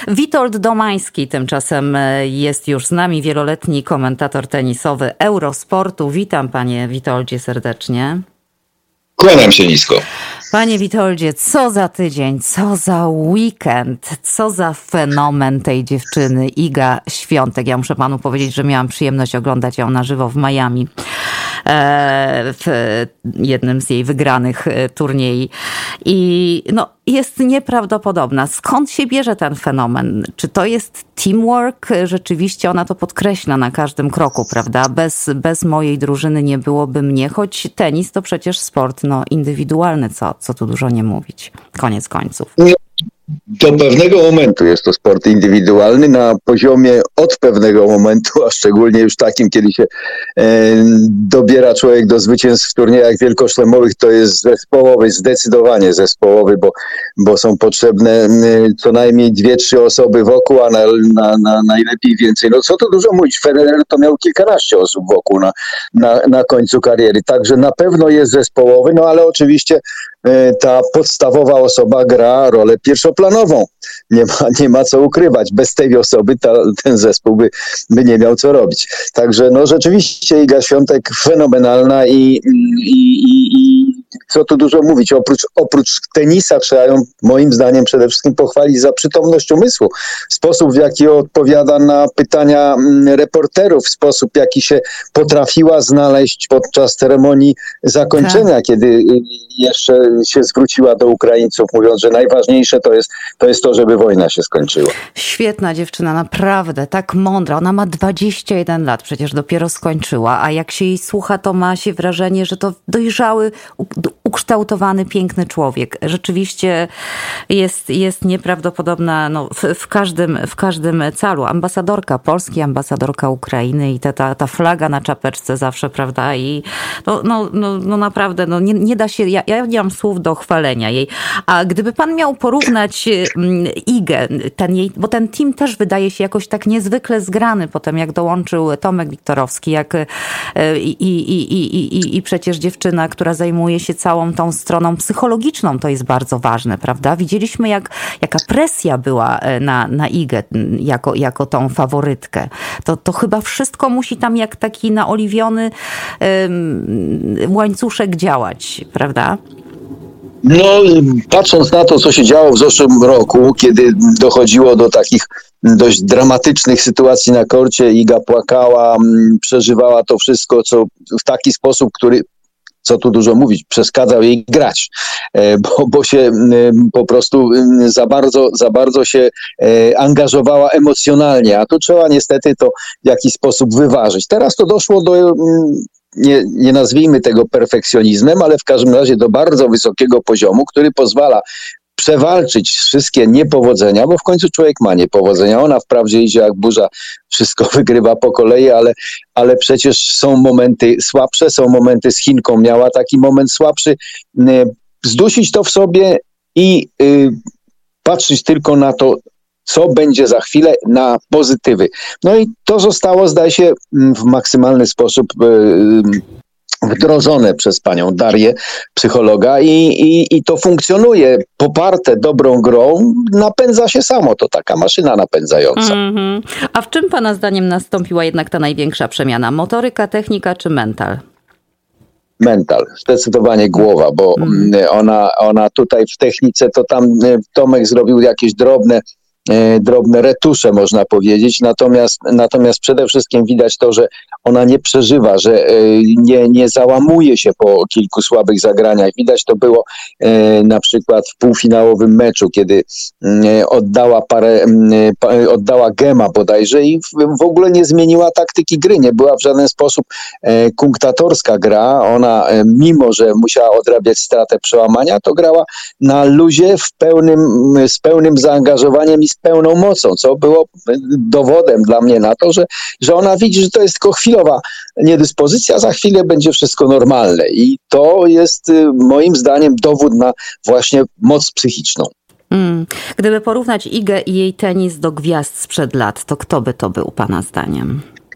Witold Domański tymczasem jest już z nami, wieloletni komentator tenisowy Eurosportu. Witam panie Witoldzie serdecznie. Kłaniam się nisko. Panie Witoldzie, co za tydzień, co za weekend, co za fenomen tej dziewczyny, Iga Świątek. Ja muszę panu powiedzieć, że miałam przyjemność oglądać ją na żywo w Miami, w jednym z jej wygranych turniejów. I no, jest nieprawdopodobna. Skąd się bierze ten fenomen? Czy to jest teamwork? Rzeczywiście ona to podkreśla na każdym kroku, prawda? Bez mojej drużyny nie byłoby mnie, choć tenis to przecież sport indywidualny, co tu dużo nie mówić. Koniec końców. Do pewnego momentu jest to sport indywidualny na poziomie od pewnego momentu, a szczególnie już takim, kiedy się dobiera człowiek do zwycięstw w turniejach wielkoszlemowych, to jest zespołowy, zdecydowanie zespołowy, bo są potrzebne co najmniej 2-3 osoby wokół, a na najlepiej więcej. No co tu dużo mówić, Federer to miał kilkanaście osób wokół na końcu kariery, także na pewno jest zespołowy, no ale oczywiście ta podstawowa osoba gra rolę pierwszoplanową. Nie ma co ukrywać. Bez tej osoby ten zespół by nie miał co robić. Także no rzeczywiście Iga Świątek fenomenalna i co tu dużo mówić. Oprócz tenisa trzeba ją moim zdaniem przede wszystkim pochwalić za przytomność umysłu. Sposób, w jaki odpowiada na pytania reporterów, sposób, w jaki się potrafiła znaleźć podczas ceremonii zakończenia, kiedy jeszcze się zwróciła do Ukraińców, mówiąc, że najważniejsze to jest to, żeby wojna się skończyła. Świetna dziewczyna, naprawdę, tak mądra. Ona ma 21 lat, przecież dopiero skończyła, a jak się jej słucha, to ma się wrażenie, że to dojrzały, ukształtowany, piękny człowiek. Rzeczywiście jest nieprawdopodobna w każdym calu. Ambasadorka Polski, ambasadorka Ukrainy i ta flaga na czapeczce zawsze, prawda? I no naprawdę, nie da się, ja nie mam słów do chwalenia jej. A gdyby pan miał porównać Igę, bo ten team też wydaje się jakoś tak niezwykle zgrany potem, jak dołączył Tomek Wiktorowski, i przecież dziewczyna, która zajmuje się całą tą stroną psychologiczną, to jest bardzo ważne, prawda? Widzieliśmy, jaka presja była na Igę jako tą faworytkę. To chyba wszystko musi tam jak taki naoliwiony łańcuszek działać, prawda? No, patrząc na to, co się działo w zeszłym roku, kiedy dochodziło do takich dość dramatycznych sytuacji na korcie, Iga płakała, przeżywała to wszystko, co w taki sposób, który, co tu dużo mówić, przeszkadzał jej grać, bo się po prostu za bardzo się angażowała emocjonalnie, a tu trzeba niestety to w jakiś sposób wyważyć. Teraz to doszło do nie nazwijmy tego perfekcjonizmem, ale w każdym razie do bardzo wysokiego poziomu, który pozwala przewalczyć wszystkie niepowodzenia, bo w końcu człowiek ma niepowodzenia. Ona wprawdzie idzie jak burza, wszystko wygrywa po kolei, ale przecież są momenty słabsze, są momenty z Chinką. Miała taki moment słabszy. Zdusić to w sobie i patrzeć tylko na to, co będzie za chwilę, na pozytywy. No i to zostało, zdaje się, w maksymalny sposób wdrożone przez panią Darię, psychologa i to funkcjonuje. Poparte dobrą grą napędza się samo. To taka maszyna napędzająca. Mm-hmm. A w czym pana zdaniem nastąpiła jednak ta największa przemiana? Motoryka, technika czy mental? Mental, zdecydowanie głowa, bo ona tutaj w technice to tam Tomek zrobił jakieś drobne retusze, można powiedzieć, natomiast przede wszystkim widać to, że ona nie przeżywa, że nie załamuje się po kilku słabych zagraniach. Widać to było na przykład w półfinałowym meczu, kiedy oddała gema bodajże i w ogóle nie zmieniła taktyki gry, nie była w żaden sposób kunktatorska gra. Ona, mimo że musiała odrabiać stratę przełamania, to grała na luzie z pełnym zaangażowaniem i z pełną mocą, co było dowodem dla mnie na to, że ona widzi, że to jest tylko chwilowa niedyspozycja, za chwilę będzie wszystko normalne i to jest moim zdaniem dowód na właśnie moc psychiczną. Gdyby porównać Igę i jej tenis do gwiazd sprzed lat, to kto by to był pana zdaniem?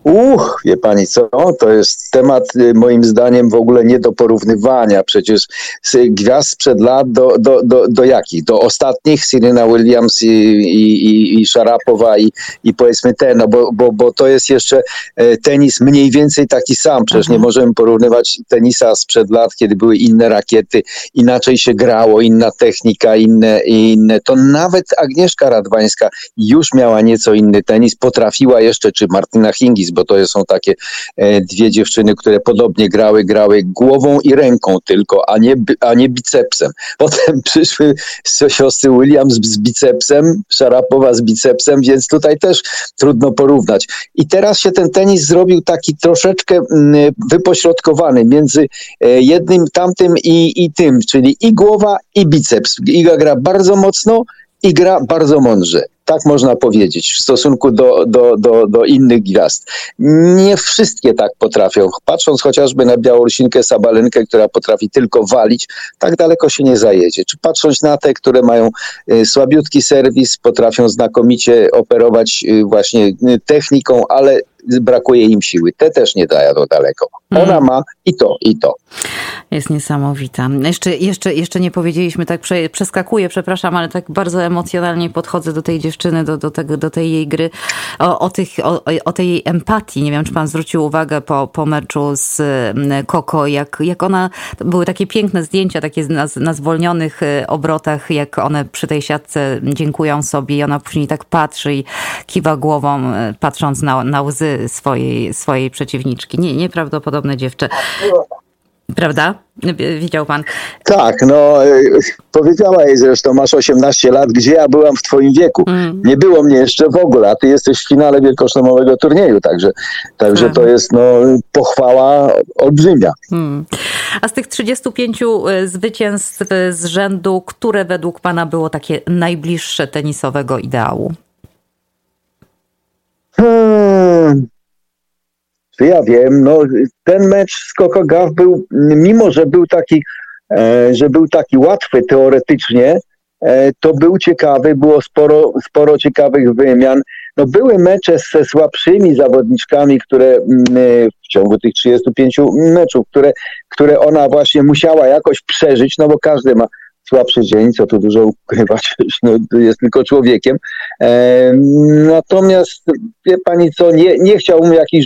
Wie pani co, to jest temat moim zdaniem w ogóle nie do porównywania. Przecież z gwiazd sprzed lat do jakich? Do ostatnich, Serena Williams i Szarapowa i powiedzmy ten, no bo to jest jeszcze tenis mniej więcej taki sam. Przecież nie możemy porównywać tenisa sprzed lat, kiedy były inne rakiety, inaczej się grało, inna technika, inne. To nawet Agnieszka Radwańska już miała nieco inny tenis, potrafiła jeszcze, czy Martyna Hingis, bo to są takie dwie dziewczyny, które podobnie grały głową i ręką tylko, a nie bicepsem. Potem przyszły siostry Williams z bicepsem, Szarapowa z bicepsem, więc tutaj też trudno porównać. I teraz się ten tenis zrobił taki troszeczkę wypośrodkowany między jednym, tamtym i tym, czyli i głowa, i biceps. Iga gra bardzo mocno i gra bardzo mądrze. Tak można powiedzieć w stosunku do innych gwiazd. Nie wszystkie tak potrafią. Patrząc chociażby na Białorusinkę Sabalenkę, która potrafi tylko walić, tak daleko się nie zajedzie. Czy patrząc na te, które mają słabiutki serwis, potrafią znakomicie operować właśnie techniką, ale brakuje im siły. Te też nie dają daleko. Ona ma i to. Jest niesamowita. Jeszcze nie powiedzieliśmy, tak przeskakuję, przepraszam, ale tak bardzo emocjonalnie podchodzę do tej dziewczyny, do tej jej gry, o tej jej empatii. Nie wiem, czy pan zwrócił uwagę po meczu z Coco, jak ona, były takie piękne zdjęcia, takie na zwolnionych obrotach, jak one przy tej siatce dziękują sobie i ona później tak patrzy i kiwa głową, patrząc na łzy swojej przeciwniczki. Nieprawdopodobne dziewczę. Prawda? Widział pan? Tak, powiedziała jej zresztą, masz 18 lat, gdzie ja byłam w twoim wieku? Nie było mnie jeszcze w ogóle, a ty jesteś w finale wielkoszlemowego turnieju, także to jest pochwała olbrzymia. A z tych 35 zwycięstw z rzędu, które według pana było takie najbliższe tenisowego ideału? Ja wiem, ten mecz z Coco Gauff był, mimo że był taki łatwy teoretycznie, to był ciekawy, było sporo ciekawych wymian. Były mecze ze słabszymi zawodniczkami, które w ciągu tych 35 meczów, które ona właśnie musiała jakoś przeżyć, bo każdy ma słabszy dzień, co tu dużo ukrywać, jest tylko człowiekiem. Natomiast wie pani co, nie chciałbym jakichś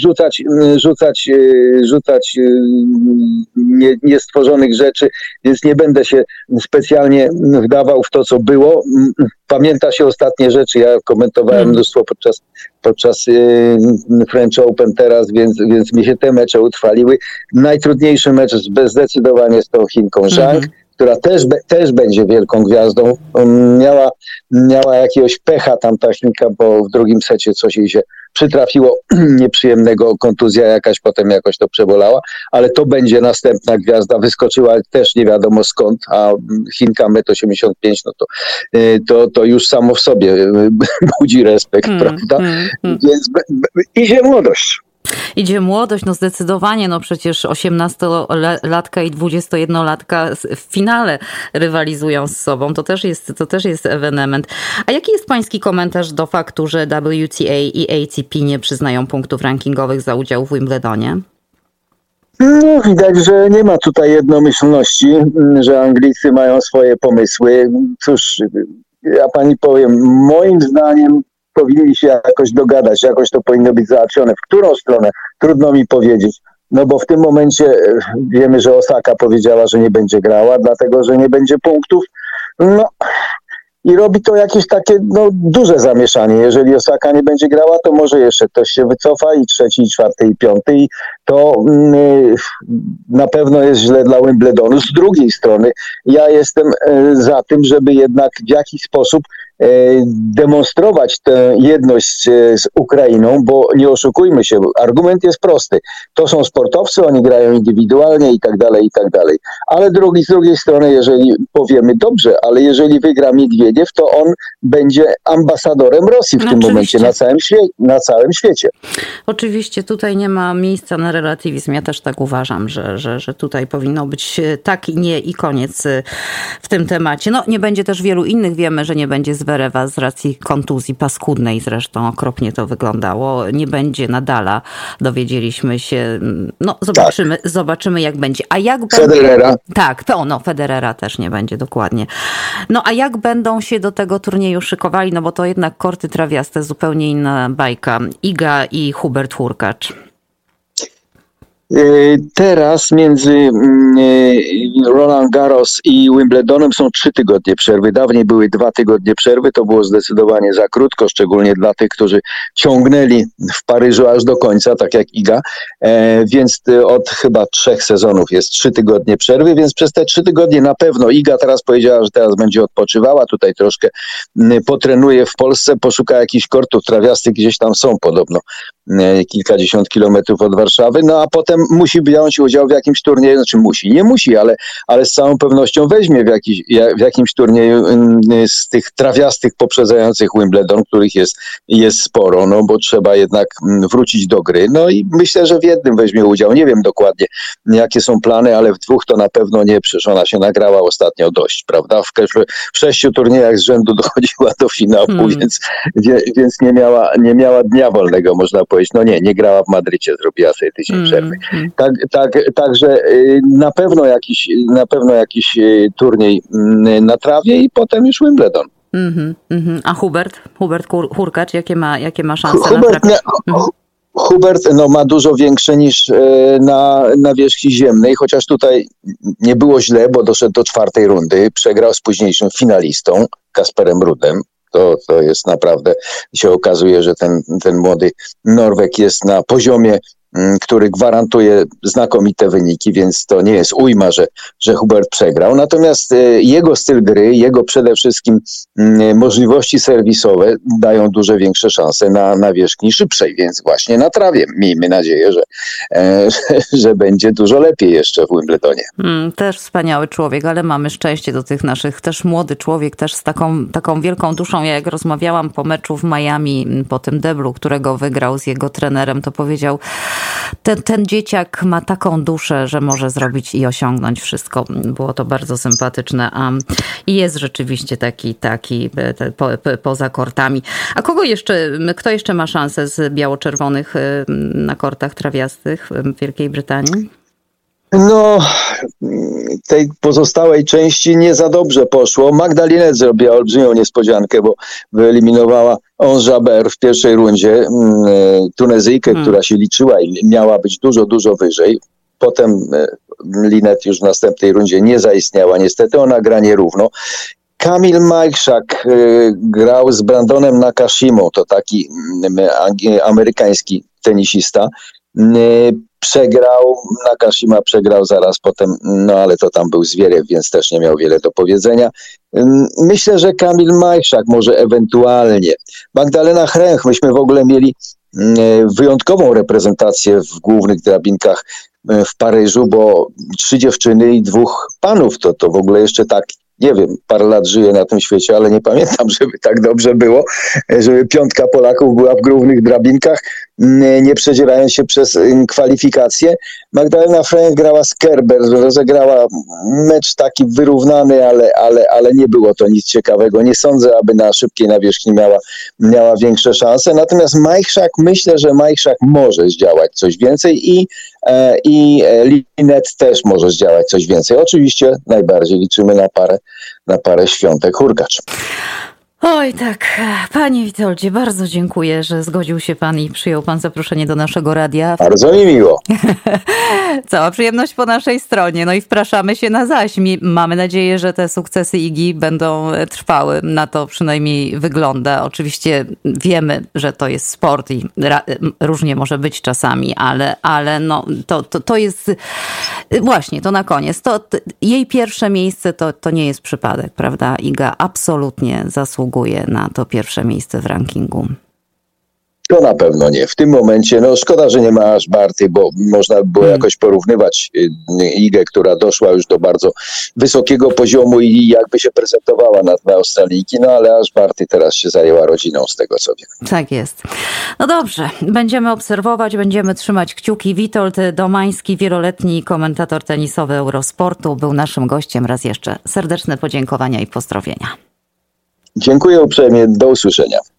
rzucać niestworzonych rzeczy, więc nie będę się specjalnie wdawał w to, co było. Pamięta się ostatnie rzeczy, ja komentowałem mnóstwo podczas French Open teraz, więc mi się te mecze utrwaliły. Najtrudniejszy mecz zdecydowanie z tą Chinką Zhang, która też będzie wielką gwiazdą. Miała jakiegoś pecha tam ta Chinka, bo w drugim secie coś jej się przytrafiło nieprzyjemnego, kontuzja jakaś, potem jakoś to przebolała, ale to będzie następna gwiazda. Wyskoczyła też nie wiadomo skąd, a Chinka 1,85 m, to już samo w sobie budzi respekt, prawda? Więc idzie młodość. Idzie młodość, zdecydowanie, przecież 18-latka i 21-latka w finale rywalizują z sobą. To też jest ewenement. A jaki jest pański komentarz do faktu, że WTA i ATP nie przyznają punktów rankingowych za udział w Wimbledonie? Widać, że nie ma tutaj jednomyślności, że Anglicy mają swoje pomysły. Cóż, ja pani powiem, moim zdaniem powinni się jakoś dogadać, jakoś to powinno być załatwione. W którą stronę? Trudno mi powiedzieć. Bo w tym momencie wiemy, że Osaka powiedziała, że nie będzie grała, dlatego, że nie będzie punktów. I robi to jakieś takie duże zamieszanie. Jeżeli Osaka nie będzie grała, to może jeszcze ktoś się wycofa i trzeci, i czwarty, i piąty. I to na pewno jest źle dla Wimbledonu. Z drugiej strony ja jestem za tym, żeby jednak w jakiś sposób demonstrować tę jedność z Ukrainą, bo nie oszukujmy się, argument jest prosty. To są sportowcy, oni grają indywidualnie i tak dalej, i tak dalej. Ale z drugiej strony, jeżeli powiemy dobrze, ale jeżeli wygra Miedwiediew, to on będzie ambasadorem Rosji w tym momencie na całym świecie. Oczywiście, tutaj nie ma miejsca na relatywizm. Ja też tak uważam, że tutaj powinno być tak i nie i koniec w tym temacie. Nie będzie też wielu innych. Wiemy, że nie będzie Zverewa z racji kontuzji paskudnej, zresztą okropnie to wyglądało. Nie będzie Nadala, dowiedzieliśmy się. No zobaczymy jak będzie. A jak Federera. Tak, Federera też nie będzie, dokładnie. No a jak będą się do tego turnieju szykowali, no bo to jednak korty trawiaste, zupełnie inna bajka. Iga i Hubert Hurkacz. Teraz między Roland Garros i Wimbledonem są 3 tygodnie przerwy. Dawniej były 2 tygodnie przerwy. To było zdecydowanie za krótko, szczególnie dla tych, którzy ciągnęli w Paryżu aż do końca, tak jak Iga. Więc od chyba 3 sezonów jest 3 tygodnie przerwy, więc przez te 3 tygodnie na pewno Iga teraz powiedziała, że teraz będzie odpoczywała. Tutaj troszkę potrenuje w Polsce, poszuka jakichś kortów trawiastych, gdzieś tam są podobno. Kilkadziesiąt kilometrów od Warszawy, no a potem musi wziąć udział w jakimś turnieju, nie musi, ale z całą pewnością weźmie w jakimś turnieju z tych trawiastych poprzedzających Wimbledon, których jest sporo, no bo trzeba jednak wrócić do gry, no i myślę, że w jednym weźmie udział, nie wiem dokładnie jakie są plany, ale w 2 to na pewno nie, przecież ona się nagrała ostatnio dość, prawda, w 6 turniejach z rzędu dochodziła do finału, więc nie miała dnia wolnego, można powiedzieć, no nie grała w Madrycie, zrobiła sobie tydzień przerwy. Także na pewno jakiś turniej na trawie i potem już Wimbledon. A Hubert Hurkacz, jakie ma szanse na trawie? Hubert ma dużo większe niż na nawierzchni ziemnej, chociaż tutaj nie było źle, bo doszedł do 4. rundy, przegrał z późniejszym finalistą Kasperem Ruudem. To jest naprawdę, się okazuje, że ten młody Norweg jest na poziomie, który gwarantuje znakomite wyniki, więc to nie jest ujma, że Hubert przegrał. Natomiast jego styl gry, jego przede wszystkim możliwości serwisowe dają dużo większe szanse na nawierzchni szybszej, więc właśnie na trawie. Miejmy nadzieję, że będzie dużo lepiej jeszcze w Wimbledonie. Też wspaniały człowiek, ale mamy szczęście do tych naszych, też młody człowiek, też z taką wielką duszą. Ja jak rozmawiałam po meczu w Miami, po tym deblu, którego wygrał z jego trenerem, to powiedział, ten dzieciak ma taką duszę, że może zrobić i osiągnąć wszystko. Było to bardzo sympatyczne. I jest rzeczywiście taki poza kortami. A kto jeszcze ma szansę z biało-czerwonych na kortach trawiastych w Wielkiej Brytanii? No, tej pozostałej części nie za dobrze poszło. Magda Linette zrobiła olbrzymią niespodziankę, bo wyeliminowała Ons Jabeur w pierwszej rundzie, Tunezyjkę, która się liczyła i miała być dużo, dużo wyżej. Potem Linette już w następnej rundzie nie zaistniała. Niestety ona gra nierówno. Kamil Majchrzak grał z Brandonem Nakashimą, to taki amerykański tenisista. Przegrał, Nakashima przegrał zaraz potem, no ale to tam był Zwierew, więc też nie miał wiele do powiedzenia. Myślę, że Kamil Majchrzak może ewentualnie. Magdalena Hręch, myśmy w ogóle mieli wyjątkową reprezentację w głównych drabinkach w Paryżu, bo 3 dziewczyny i 2 panów, to w ogóle jeszcze tak, nie wiem, parę lat żyję na tym świecie, ale nie pamiętam, żeby tak dobrze było, żeby 5 Polaków była w głównych drabinkach, nie przedzierając się przez kwalifikacje. Magdalena Hręch grała z Kerber, rozegrała mecz taki wyrównany, ale nie było to nic ciekawego. Nie sądzę, aby na szybkiej nawierzchni miała większe szanse. Natomiast Majchrzak, myślę, że Majchrzak może zdziałać coś więcej i Linette też może zdziałać coś więcej. Oczywiście najbardziej liczymy na parę Świątek Hurkacz. Oj tak, panie Witoldzie, bardzo dziękuję, że zgodził się pan i przyjął pan zaproszenie do naszego radia. Bardzo mi miło. Cała przyjemność po naszej stronie. No i wpraszamy się na zaś. Mamy nadzieję, że te sukcesy Igi będą trwały. Na to przynajmniej wygląda. Oczywiście wiemy, że to jest sport i różnie może być czasami, ale no to jest właśnie, to na koniec. Jej pierwsze miejsce to nie jest przypadek, prawda? Iga absolutnie zasługuje na to pierwsze miejsce w rankingu. To na pewno nie. W tym momencie, no szkoda, że nie ma aż Barty, bo można było jakoś porównywać Igę, która doszła już do bardzo wysokiego poziomu i jakby się prezentowała na tle Australijki, no ale aż Barty teraz się zajęła rodziną z tego, co wiem. Tak jest. No dobrze, będziemy obserwować, będziemy trzymać kciuki. Witold Domański, wieloletni komentator tenisowy Eurosportu, był naszym gościem. Raz jeszcze serdeczne podziękowania i pozdrowienia. Dziękuję uprzejmie. Do usłyszenia.